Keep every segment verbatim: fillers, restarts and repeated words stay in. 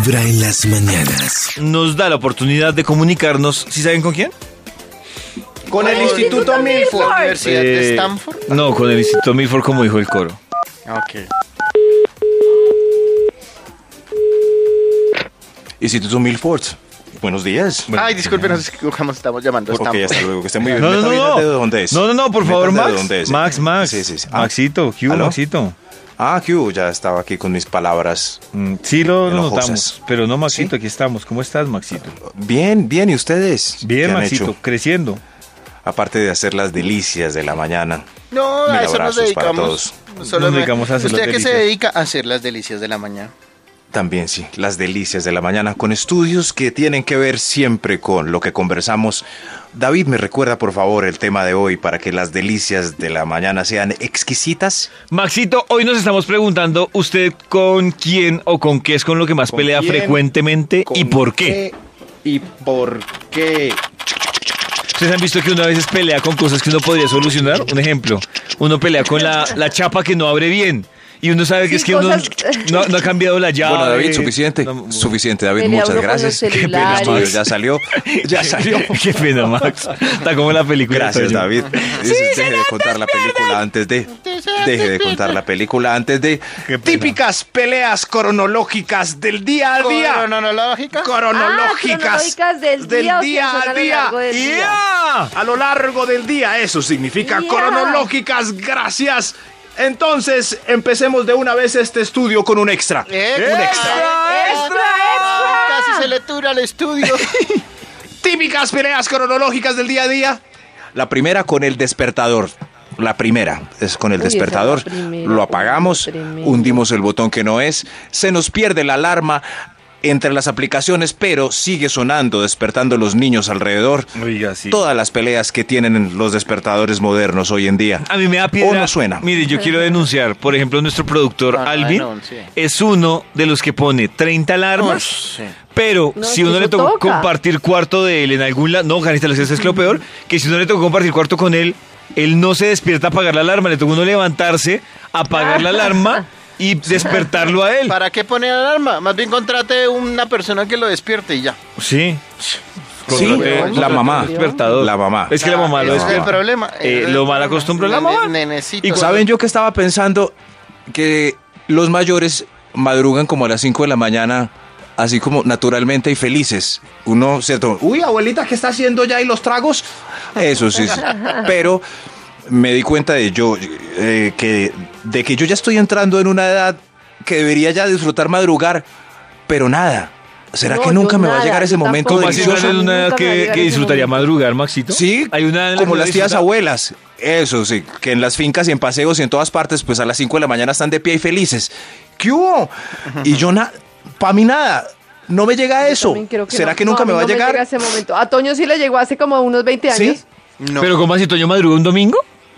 Vibra en las mañanas. Nos da la oportunidad de comunicarnos, ¿sí saben con quién? Con el Instituto Milford, Universidad de Eh, Stanford. No, con el Instituto Milford, como dijo el coro. Ok. Instituto Milford. Buenos días. Ay, disculpen, nos equivocamos, estamos llamando a Ok, Stanford. hasta luego, que esté muy bien. No, no, Métame no, el dedo no. donde es. No, no, no, por Meta favor, el dedo Max. donde es. Max, Max. Sí, sí, sí. Ah, Maxito, ¿qué hubo, ¿aló? Maxito? Ah, Q, ya estaba aquí con mis palabras. Mm, sí lo Enojosas. notamos, pero no, Maxito, ¿Sí? aquí estamos. ¿Cómo estás, Maxito? Bien, bien, ¿y ustedes? Bien, ¿Qué han Maxito, hecho? creciendo. Aparte de hacer las delicias de la mañana. No, Mil a eso nos abrazos para dedicamos. todos. Solo Nos me- dedicamos a hacer ¿Usted las a qué se delicias. dedica? A hacer las delicias de la mañana. También sí, las delicias de la mañana con estudios que tienen que ver siempre con lo que conversamos. David, ¿me recuerda por favor el tema de hoy para que las delicias de la mañana sean exquisitas? Maxito, hoy nos estamos preguntando, ¿usted con quién o con qué es con lo que más ¿Con pelea quién? frecuentemente y ¿Con por qué? ¿Y por qué? ¿Ustedes han visto que uno a veces pelea con cosas que uno podría solucionar? Un ejemplo, uno pelea con la, la chapa que no abre bien. Y uno sabe que Sí, es que uno cosas- no, no ha cambiado la llave. Bueno, David, suficiente. No, Suficiente, David, Pelea muchas uno con gracias. los Qué pena, celulares. Max. Ya salió. Ya salió. Qué pena, Max. Está como la película. Gracias, Toño. David. Deje de contar la película antes de. Deje de contar la película antes de. Qué pena. Típicas peleas cronológicas del día a día. ¿Cronológica? Cronológicas. Ah, cronológicas del día, o sea, son a lo largo del día. ¡Ya! A lo largo del día. Eso significa Ya. cronológicas. Gracias. Entonces, empecemos de una vez este estudio con un extra. ¡Extra! Un extra. ¡Extra, Casi se le tura al estudio. Típicas peleas cronológicas del día a día. La primera con el despertador. La primera es con el Uy, esa es la despertador. primera. Lo apagamos, Uy, tremendo. hundimos el botón que no es, se nos pierde la alarma entre las aplicaciones, pero sigue sonando, despertando a los niños alrededor. Oiga, sí. Todas las peleas que tienen los despertadores modernos hoy en día. A mí me da piedra. O no suena. Mire, yo quiero denunciar, por ejemplo, nuestro productor Ah, Alvin no, sí. es uno de los que pone treinta alarmas, Uy, sí. pero No, si es uno que le eso tocó toca. compartir cuarto de él en algún lado, no, Janita, eso es lo peor, que si uno le tocó compartir cuarto con él, él no se despierta a apagar la alarma, le toca a uno levantarse, apagar la alarma y despertarlo a él. ¿Para qué poner alarma? Más bien contrate una persona que lo despierte y ya. Sí. Sí, Contrate- la mamá. Despertador. La mamá. Es que la mamá lo Ese es el despierta. problema. Eh, lo mal acostumbra la mamá. Nenecito. Y saben yo que estaba pensando que los mayores madrugan como a las cinco de la mañana, así como naturalmente y felices. Uno, ¿cierto? Uy, abuelita, ¿qué está haciendo ya? ¿Y los tragos? Eso sí. sí. Pero me di cuenta de yo, eh, que, de que yo ya estoy entrando en una edad que debería ya disfrutar madrugar, pero nada. ¿Será No, que nunca yo me va a nada, llegar ese yo momento ¿Cómo tampoco. así delicioso? no es una edad Nunca me va a que, llegar que ese disfrutaría momento. madrugar, Maxito? Sí, Hay una edad en la como que uno las tías disfruta- abuelas. Eso sí, que en las fincas y en paseos y en todas partes, pues a las cinco de la mañana están de pie y felices. ¿Qué hubo? Y yo, na para mí nada, no me llega Yo eso. también creo que ¿Será no. que nunca No, me va a mí no llegar? llega ese momento. A Toño sí le llegó hace como unos veinte años. ¿Sí? No. Pero ¿cómo así Toño madruga un domingo?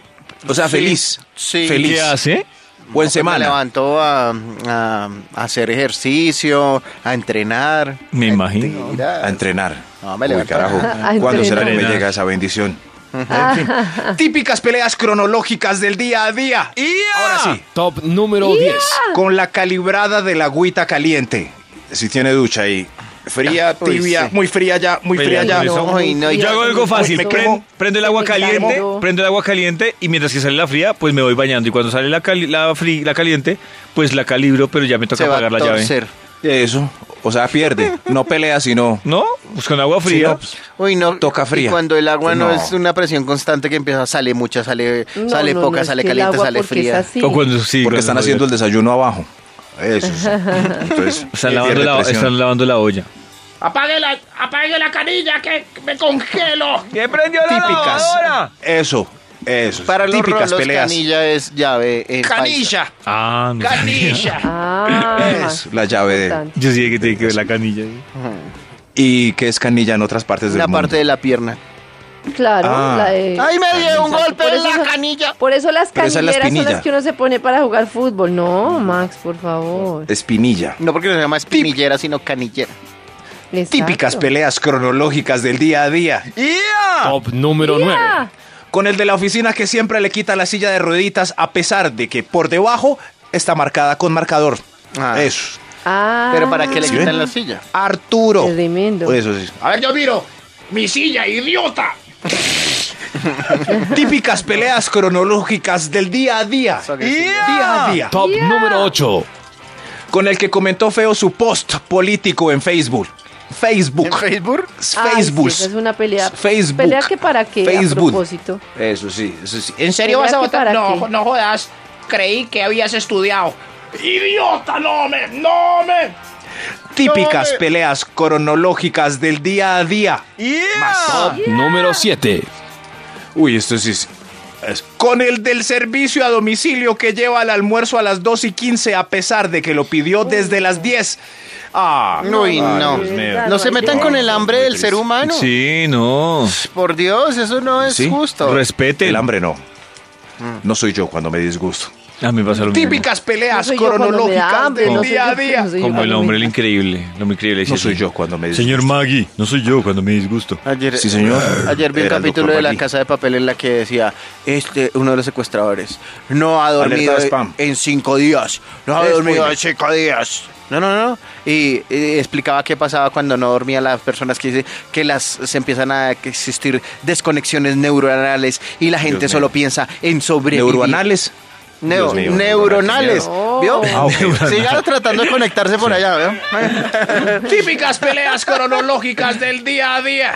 O sea, Sí, feliz. sí. Feliz. ¿Qué hace? O en Me semana. levantó a, a- a hacer ejercicio, a entrenar. Me imagino. Mentiras. A entrenar. No, me Uy, levanto. carajo. A ¿Cuándo será que me entrenar. llega esa bendición? En fin. Típicas peleas cronológicas del día a día. Ahora sí, Top número diez. con la calibrada de la agüita caliente. Si tiene ducha ahí. Fría, Uy, tibia, sí. muy fría ya, muy Pelea fría ya. con eso. No, y no, Yo hago algo fácil, me pren- quemo. prendo el agua Me caliente, quemo. prendo el agua caliente y mientras que sale la fría, pues me voy bañando y cuando sale la, cali- la, fri- la caliente, pues la calibro, pero ya me toca se va a apagar la llave. torcer. Eso, o sea, pierde. No pelea, sino... ¿No? Pues con agua fría. no, pues, Uy, no. Toca fría. Y cuando el agua no, No. es una presión constante que empieza, sale mucha, sale, No, sale no, poca, no, es sale que el caliente, agua sale porque es fría. así. O cuando sí. porque cuando están no- haciendo el desayuno abajo. Eso sí. Entonces, Están eh, lavando, pierde la, presión. están lavando la olla. Apague la, apague la canilla que me congelo. ¿Quién prendió Típicas. Eso, eso. Para los típicas rolos, peleas. canilla es llave en paisa. Canilla, Ah, no. canilla. Ah, Es la llave de... importante. Yo sí que tiene que ver la canilla. Y que es canilla en otras partes del Una mundo. parte de la pierna. Claro, Ah. la de... ¡Ay, me dio un Exacto, golpe por en eso la son- canilla! Por eso las Pero esa es la canilleras son espinilla. las que uno se pone para jugar fútbol. No, Max, por favor. Espinilla. No porque no se llama espinillera, sino canillera. Exacto. Típicas peleas cronológicas del día a día. Top número nueve. Ya. Con el de la oficina que siempre le quita la silla de rueditas a pesar de que por debajo está marcada con marcador. Ah. Eso. Ah, Pero ¿para qué le ¿Sí quitan ven? la silla? Arturo. Tremendo. Eso sí. A ver, yo miro. Mi silla, idiota. Típicas peleas cronológicas del día a día. Día a día. Top número ocho. Con el que comentó feo su post político en Facebook. Facebook. ¿En Facebook? Ay, Facebook. sí, esa es una pelea. Facebook. ¿Pelea que para qué? A Facebook. propósito. Eso sí, eso sí. ¿En serio vas a ¿Verdad que votar? para No, qué? no jodas. Creí que habías estudiado. ¡Idiota! ¡No me! ¡No me! Típicas No, eh. peleas cronológicas del día a día. Top número siete. Uy, esto sí es, es- Con el del servicio a domicilio que lleva el almuerzo a las dos y quince a pesar de que lo pidió desde las diez. Ah, Uy, no. de verdad, No se hay metan de- con el hambre muy del triste. ser humano. Sí, no. Por Dios, eso no es ¿Sí? justo. Respeten. el hambre no. No soy yo cuando me disgusto. A mí me pasa lo mismo. Típicas No peleas soy yo cuando me da cronológicas hambre, del no soy día yo- a día. no soy yo Como el cuando hombre, me- el increíble. Lo muy increíble. No sí, soy sí. yo cuando me disgusto. Señor Maggie, no soy yo cuando me disgusto. Ayer, Sí, señor. Ayer vi un Era el capítulo doctor de La Magui. Casa de Papel en la que decía, este, uno de los secuestradores, no ha dormido Alerta de spam. en cinco días. No ha Spoiler. dormido en cinco días. No, no, no. Y, y explicaba qué pasaba cuando no dormían las personas, que dice que las se empiezan a existir desconexiones neuronales y la gente Dios solo mío. piensa en sobrevivir. ¿Neuronales? Neo- Dios mío, neuronales. No. ¿Vio? Ah, ok. Siga tratando de conectarse por allá, ¿veo? Típicas peleas cronológicas del día a día.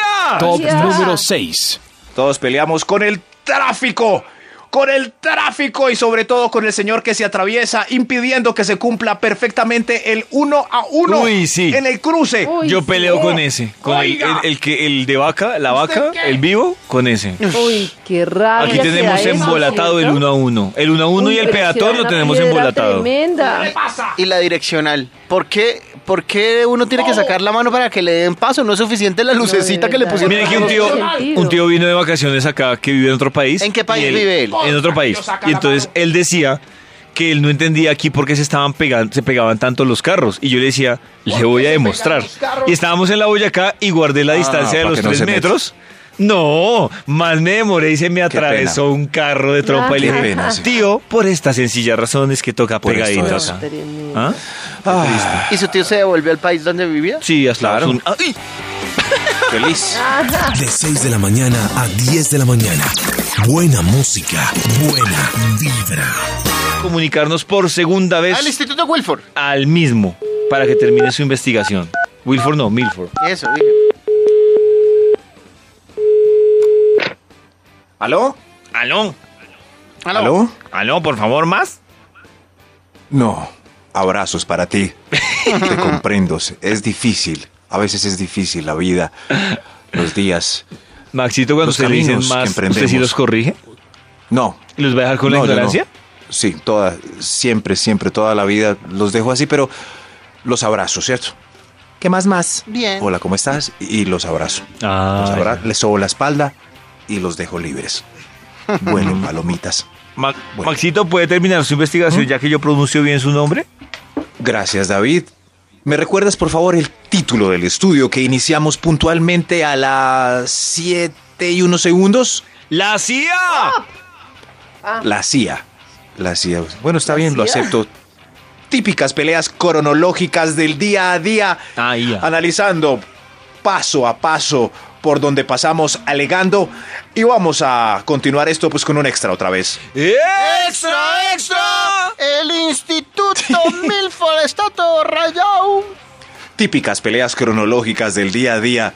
Top Ya. número seis. Todos peleamos con el tráfico. Con el tráfico y sobre todo con el señor que se atraviesa impidiendo que se cumpla perfectamente el uno a uno Uy, sí. en el cruce. Uy, Yo peleo sí. con ese. Con el, Oiga. el- el que el de vaca, la ¿Usted vaca, qué? el vivo, con ese. Uy, qué rabia. Aquí tenemos que da eso, embolatado el ¿cierto? uno a uno. El uno a uno Uy, y el pero es que peatón da lo una tenemos piedra embolatado. Tremenda. ¿Qué le pasa? Y la direccional. ¿Por qué, por qué uno tiene que sacar la mano para que le den paso? No es suficiente la lucecita de que le verdad. pusieron. Mire que un No tío, tiene sentido. un tío vino de vacaciones acá que vive en otro país. ¿En qué país y él- vive él? En otro país. Saca Y la entonces mano. él decía que él no entendía aquí por qué se estaban pegando, se pegaban tanto los carros. Y yo le decía, le voy a demostrar. los carros? Y estábamos en la Boyacá y guardé la distancia de para los que no tres se meta. metros. No, más me demoré y se me atravesó pena. un carro de trompa y le Qué dije, pena, sí. tío, por estas sencillas razones que toca Por esto pegadito es. acá. Tremendo. ¿Ah? Ah, ¿Y su tío se devolvió al país donde vivía? Sí, hasta Claro. un- ¡Ay! feliz. De seis de la mañana a diez de la mañana. Buena música, buena vibra. Comunicarnos por segunda vez Al Instituto Wilford. al mismo para que termine su investigación. Wilford no, Milford. Eso, dije. ¿Aló? ¿Aló? Aló. ¿Aló? ¿Aló, por favor, más? No, abrazos para ti. Te comprendo, es difícil. A veces es difícil la vida, los días. Maxito, cuando Los usted le dicen caminos que más, ¿usted emprendemos. sí los corrige? No. ¿Y los va a dejar con no, la yo no. ignorancia? Sí, toda, siempre, siempre, toda la vida los dejo así, pero los abrazo, ¿cierto? ¿Qué más más? Bien. Hola, ¿cómo estás? Y los abrazo. Ah, Los abra- les sobo la espalda y los dejo libres. Bueno, palomitas. Ma- Bueno. Maxito, ¿puede terminar su investigación ya que yo pronuncio bien su nombre? Gracias, David. ¿Me recuerdas, por favor, el título del estudio que iniciamos puntualmente a las siete y unos segundos? ¡La C I A! La C I A. La C I A. Bueno, está La bien, lo C I A. acepto. Típicas peleas cronológicas del día a día. Ah, ya. Analizando paso a paso por donde pasamos alegando. Y vamos a continuar esto pues con un extra otra vez. ¡Extra, extra! El Instituto Milford está todo rayado. Típicas peleas cronológicas del día a día.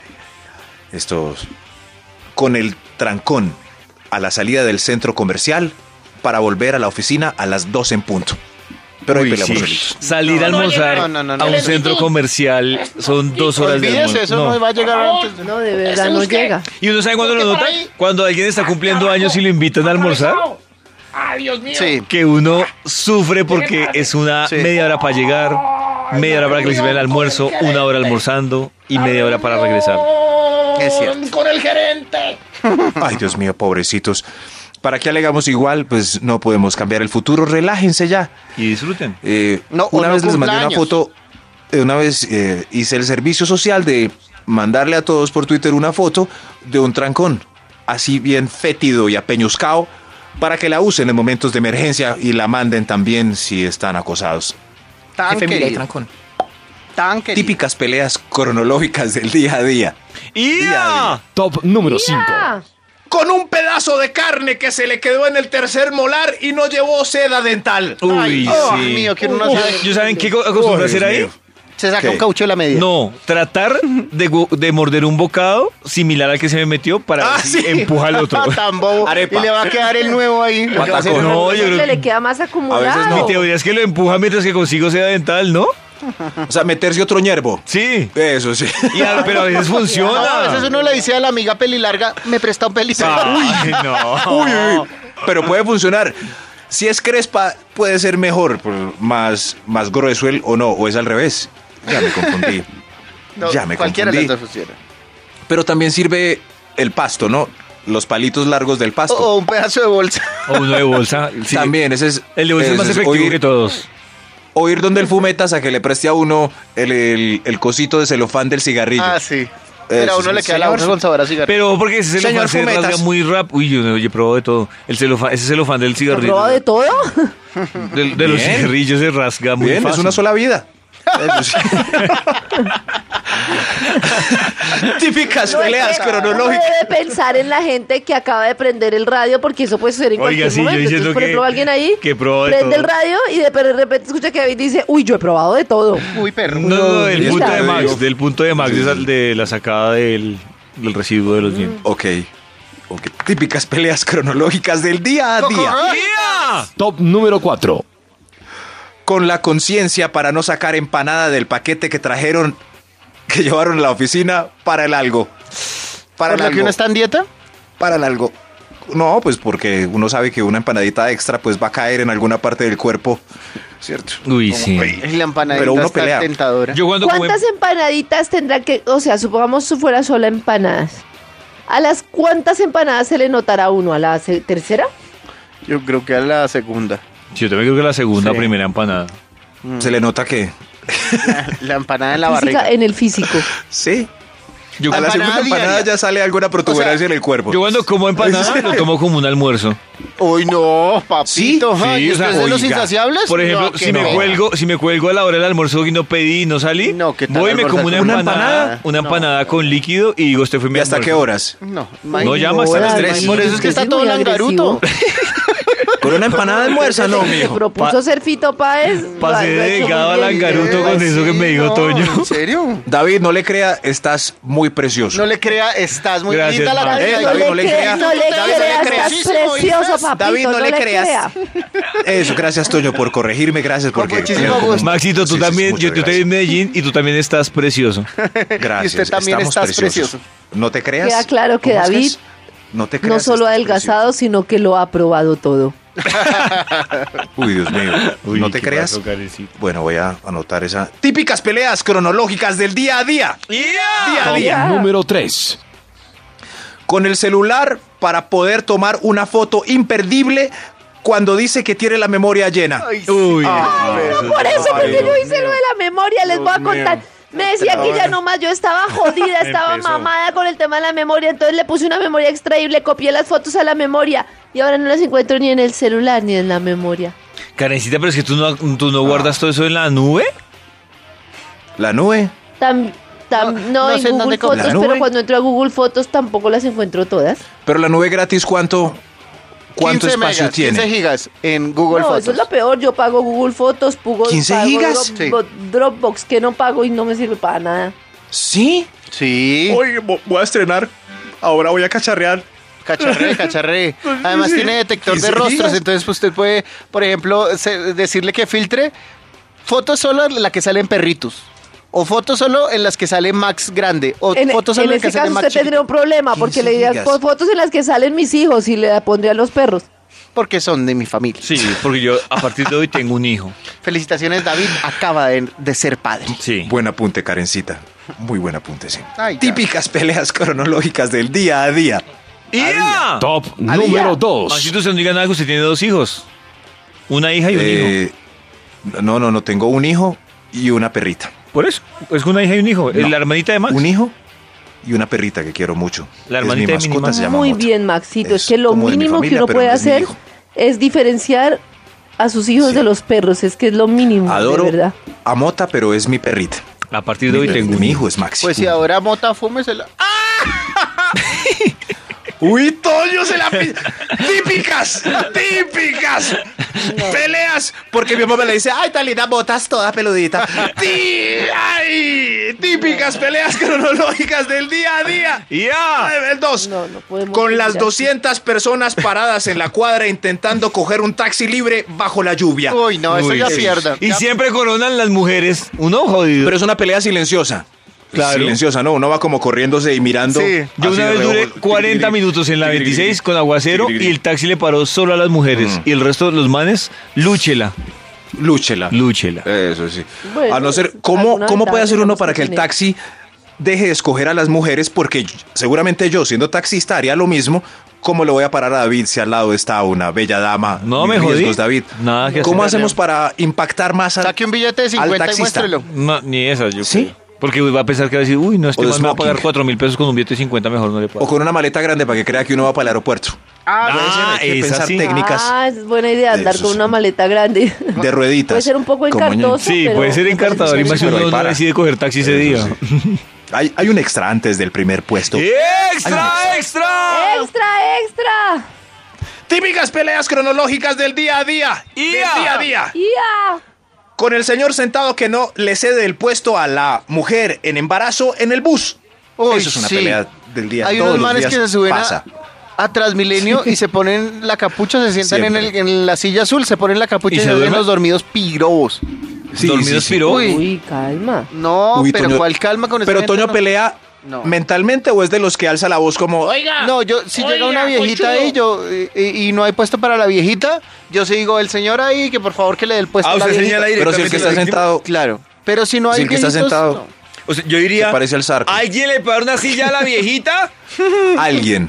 Estos con el trancón a la salida del centro comercial para volver a la oficina a las dos en punto. Pero hoy Uy, peleamos sí. solitos. Salir a No, no, almorzar no, no, no, no. a un El centro comercial son dos horas de Olvídese, almuerzo. eso no. No. va a llegar antes. de- No, de verdad ¿Ese no usted? llega. ¿Y uno sabe cuándo lo ¿Por qué nota? por ahí? Cuando alguien está cumpliendo años y lo invitan a almorzar. ¡Ay, Dios mío! Sí. Que uno sufre porque es una Sí. media hora para llegar, media hora para que le sirvan el almuerzo, una hora almorzando y media hora para regresar. Es cierto. Con el gerente. Ay, Dios mío, pobrecitos. ¿Para qué alegamos igual? Pues no podemos cambiar el futuro. Relájense ya. Y disfruten. Eh, No, o una no vez les mandé una cumpleaños. foto, eh, una vez eh, hice el servicio social de mandarle a todos por Twitter una foto de un trancón, así bien fétido y apeñuscado, para que la usen en momentos de emergencia y la manden también si están acosados. Tan Jefe Mila y querido. Trancón. Tan querido. Típicas peleas cronológicas del día a día. ¡Ia! Top número cinco. Mira. Con un pedazo de carne que se le quedó en el tercer molar y no llevó seda dental. Uy, oh, sí. mío, que uno no Uy. sabe. ¿Yo saben qué co- acostumbro a Dios hacer ahí? mío. Se saca ¿Qué? un caucho de la medida. No, tratar de, gu- de morder un bocado similar al que se me metió para Ah, ver si sí. empuja al otro. Tan bobo. Arepa. Y le va a quedar el nuevo ahí. Lo que va a hacer- Patacón. No, yo Le, creo le que queda más acumulado. A veces no. mi teoría es que lo empuja mientras que consigo seda dental, ¿no? O sea, meterse otro ñerbo. Sí. Eso sí. Y a- pero a veces No, funciona. a veces uno le dice a la amiga pelilarga, me presta un pelilarga. Ay, no. Uy, uy, uy. Pero puede funcionar. Si es crespa, puede ser mejor, pues, más, más grueso el o no, o es al revés. Ya me confundí. No, ya me cualquiera de confundí. las dos funciona. Pero también sirve el pasto, ¿no? Los palitos largos del pasto. O, o un pedazo de bolsa. O uno de bolsa. Sí. También, ese es. El de bolsa es ese más efectivo oír, que todos. o ir donde el fumetas a que le preste a uno el, el, el cosito de celofán del cigarrillo. Ah, sí. Pero a uno Eso, le queda la señor. bolsa con sabor a cigarro. Pero porque ese celofán Señor se Fumetas. rasga muy rápido. Uy, yo, no- yo he probado de todo. El celofán, ese celofán del ¿Has cigarrillo. probado de todo? De, de los Bien. cigarrillos se rasga muy Bien, fácil. es una sola vida. Eso sí. Típicas No, es peleas que cronológicas. uno debe pensar en la gente que acaba de prender el radio, porque eso puede suceder en Oiga, cualquier sí, yo momento. diciendo Entonces, por que- ejemplo, alguien ahí que probó de prende el todo. radio y de de repente escucha que David dice, uy, yo he probado de todo. Muy perro. No, no, no, del Mira. punto de Max, Digo. del punto de Max, Sí, de, esa- sí. de la sacada del, del residuo de los dientes. Ok. Ok. Típicas peleas cronológicas del día a día. Top número cuatro. Con la conciencia para no sacar empanada del paquete que trajeron, que llevaron a la oficina para el algo. Para ¿Por el lo que algo. uno está en dieta? Para el algo. No, pues porque uno sabe que una empanadita extra pues va a caer en alguna parte del cuerpo. ¿Cierto? Uy, sí. Y la empanadita Pero uno está pelea. tentadora. Yo cuando como ¿Cuántas empanaditas tendrán que, o sea, supongamos si fuera sola empanadas? ¿A las cuántas empanadas se le notará a uno? ¿A la se- tercera? Yo creo que a la segunda. yo también creo que la segunda Sí. primera empanada. Se le nota que... La empanada en la Física, barriga. en el físico. Sí. Yo, a la empanada segunda empanada diaria. ya sale alguna protuberancia O sea, en el cuerpo. yo cuando como empanada lo tomo como un almuerzo. Uy, no, papito. Sí, ay, sí, o sea, ¿ustedes de los oiga, insaciables? Por ejemplo, No, si que me no. cuelgo, si me cuelgo a la hora del almuerzo y no pedí y no salí, No, ¿qué tal voy y me almorzar como una con una empanada, empanada? una No. empanada con líquido y digo, este fue mi ¿Y hasta almuerzo. qué horas? No, No llama hasta las Ay, tres. Por eso es que está todo muy langaruto. Con una empanada almuerza, no, Se mijo. propuso Pa- ser Fito Páez. Pasé lo ha de hecho muy delgado a bien. langaruto con eso que me dijo no, Toño. ¿En serio? David, no le crea, estás muy precioso. No le crea, estás muy Gracias, linda la Max. nariz. Eh, David, no le crea, crea. no le David, no le creas, creas. estás precioso, papito. David, no le creas. crea. Eso, gracias, Toño, por corregirme. Gracias, Con porque... muchísimo gusto. Maxito, tú Sí, sí, también, muchas yo, yo te vi en gracias. Medellín y tú también estás precioso. Gracias. Y usted también estamos estás preciosos. precioso. ¿No te creas? Queda claro que ¿Cómo es David es? No te creas. No solo estás adelgazado, sino que lo ha probado todo. precioso. Uy, Dios mío. Uy, ¿No te qué creas? pasó, Karencita. Bueno, voy a anotar esa. Típicas peleas cronológicas del día a día. Día a Top día. número tres. Con el celular para poder tomar una foto imperdible cuando dice que tiene la memoria llena. Uy, Por eso, porque yo hice lo de la memoria, les voy a contar. Me decía que ya nomás yo estaba jodida, estaba Empezó. mamada con el tema de la memoria, entonces le puse una memoria extraíble, copié las fotos a la memoria y ahora no las encuentro ni en el celular ni en la memoria. Karencita, pero es que tú no, tú no guardas todo eso en la nube. La nube. Tam- tam- no, No en sé en dónde Google comprar. Fotos, ¿La pero nube? cuando entro a Google Fotos tampoco las encuentro todas. Pero la nube gratis, ¿cuánto, cuánto quince espacio megas, tiene? quince gigas en Google No, Fotos. eso es lo peor, yo pago Google Fotos, pago, ¿quince pago gigas? Drop- Dropbox, que no pago y no me sirve para nada. ¿Sí? Sí. Oye, voy a estrenar. Ahora voy a cacharrear. Cacharré, cacharré. Además Sí. tiene detector de quince rostros, gigas. entonces pues, usted puede, por ejemplo, se- decirle que filtre fotos solo en la que salen perritos. O fotos solo en las que sale Max grande. O En, fotos en solo en, ese las que sale caso Max usted tendría un chiquito. problema porque quince le diría gigas. "Pon fotos en las que salen mis hijos y le pondría a los perros. Porque son de mi familia. Sí, porque yo a partir de hoy tengo un hijo. Felicitaciones, David. Acaba de, de ser padre. Sí. Buen apunte, Karencita. Muy buen apunte, sí. Ay, ya. Típicas peleas cronológicas del día a día. ¡Ya! Top número dos. Maxito, usted no diga nada que usted tiene dos hijos. Una hija y un hijo. Eh, no, no, no. Tengo un hijo y una perrita. Por eso, es una hija y un hijo. No. La hermanita de Max. Un hijo y una perrita que quiero mucho. La Es hermanita de mi Minnie mascota, Mouse. se llama Muy Mota. bien, Maxito. Es, Es que lo como de mi mínimo familia, que uno pero puede no es mi hacer hijo. es diferenciar a sus hijos Sí. de los perros, es que es lo mínimo, Adoro de verdad. a Mota, pero es mi perrita. A partir de hoy Mi- tengo un mi hijo. hijo es Maxi. Pues si ahora Mota fúmesela. Uy, Toño se la pi- típicas, típicas peleas, porque mi mamá le dice, ay, tan linda, botas toda peludita. Tí- ay, típicas peleas cronológicas del día a día. ¡Ya! Ay, El dos, No, no podemos con las seguir así. doscientas personas paradas en la cuadra intentando coger un taxi libre bajo la lluvia. Uy, no, eso Uy, ya sí. pierda. Y Ya- siempre coronan las mujeres. Uno jodido. Pero es una pelea silenciosa. Claro. Silenciosa, ¿no? Uno va como corriéndose y mirando. Sí. Yo así una de vez duré reojo. cuarenta minutos en la veintiséis con aguacero y el taxi le paró solo a las mujeres. Mm. Y el resto de los manes, lúchela, Lúchela. lúchela. Eso sí. Bueno, a no ser, pues, ¿cómo, alguna ¿cómo ventaja puede hacer uno tenemos para que que el tener. taxi deje de escoger a las mujeres? Porque yo- seguramente yo, siendo taxista, haría lo mismo. ¿Cómo le voy a parar a David si al lado está una bella dama? No, Mis me jodí. riesgos, David. Nada que ¿Cómo hacer. hacemos para impactar más al, Saque un billete de al cincuenta y taxista? muéstrelo. No, ni esas, yo ¿Sí? creo. Porque va a pensar que va a decir, uy, no, este O de man me va a pagar smoking. cuatro mil pesos con un billete de cincuenta, mejor no le pago. O con una maleta grande para que crea que uno va para el aeropuerto. Ah, Hay que esa pensar sí. técnicas Ah, es buena idea andar Eso con sí. una maleta grande. de rueditas. Puede ser un poco Como ñe- encartoso. Sí, pero puede ser me parece encantador. Y más si Pero uno ahí no para. decide coger taxi ese día. Eso sí. Hay, hay un extra antes del primer puesto. ¡Extra, extra! ¡Extra, extra! Típicas peleas cronológicas del día a día. ¡Ia! Del día a día. ¡Ya! Con el señor sentado que no le cede el puesto a la mujer en embarazo en el bus. Uy, Eso es una sí. pelea del día. Hay todos unos los manes días que se suben pasa. a, a Transmilenio y se ponen la capucha, se sientan en, el, Siempre. en la silla azul, se ponen la capucha ¿Y y, se se ven duermen? los dormidos pirobos. Sí, Dormidos sí, sí. piró. Uy. Uy, calma. No, Uy, pero Toño- ¿cuál calma con esa Pero gente? Toño No. pelea No. mentalmente o es de los que alza la voz como. Oiga. No, yo si llega una Oiga, viejita conchudo. ahí yo eh, y, y no hay puesto para la viejita, yo sí digo el señor ahí que por favor que le dé el puesto Ah, a la usted viejita. señala Pero si el que está directamente a la sentado. Claro, pero si no hay Si el que está viejitos, sentado. no. O sea, yo diría, Se parece al Zarco. ¿alguien le paga una silla a la viejita? Alguien.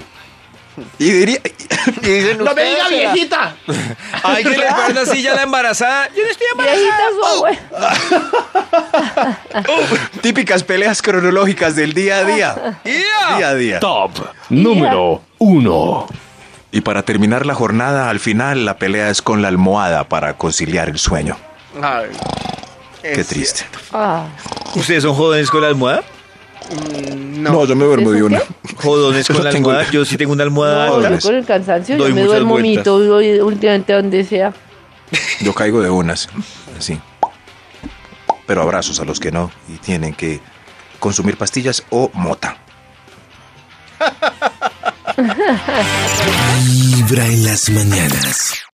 Y diría. Y dicen, No me "Ustedes diga se la-". viejita. ¿Alguien le paga una silla a la embarazada? Yo no estoy embarazada. Viejita su abuela. Típicas peleas cronológicas del día a día. ¡Ya! Día a día. Top número uno. Y para terminar la jornada, al final la pelea es con la almohada para conciliar el sueño. Ay, Qué es triste. Ah, ¿Ustedes son jodones con la almohada? cierto. No, No, yo me duermo de ¿Eso una. Jodones con Yo la tengo- almohada. Yo sí tengo una almohada no, alta. yo con el cansancio Doy yo me muchas duermo vueltas. mito voy últimamente a donde sea. Yo caigo de unas. Así. Pero abrazos a los que no y tienen que consumir pastillas o mota. Vibra en las mañanas.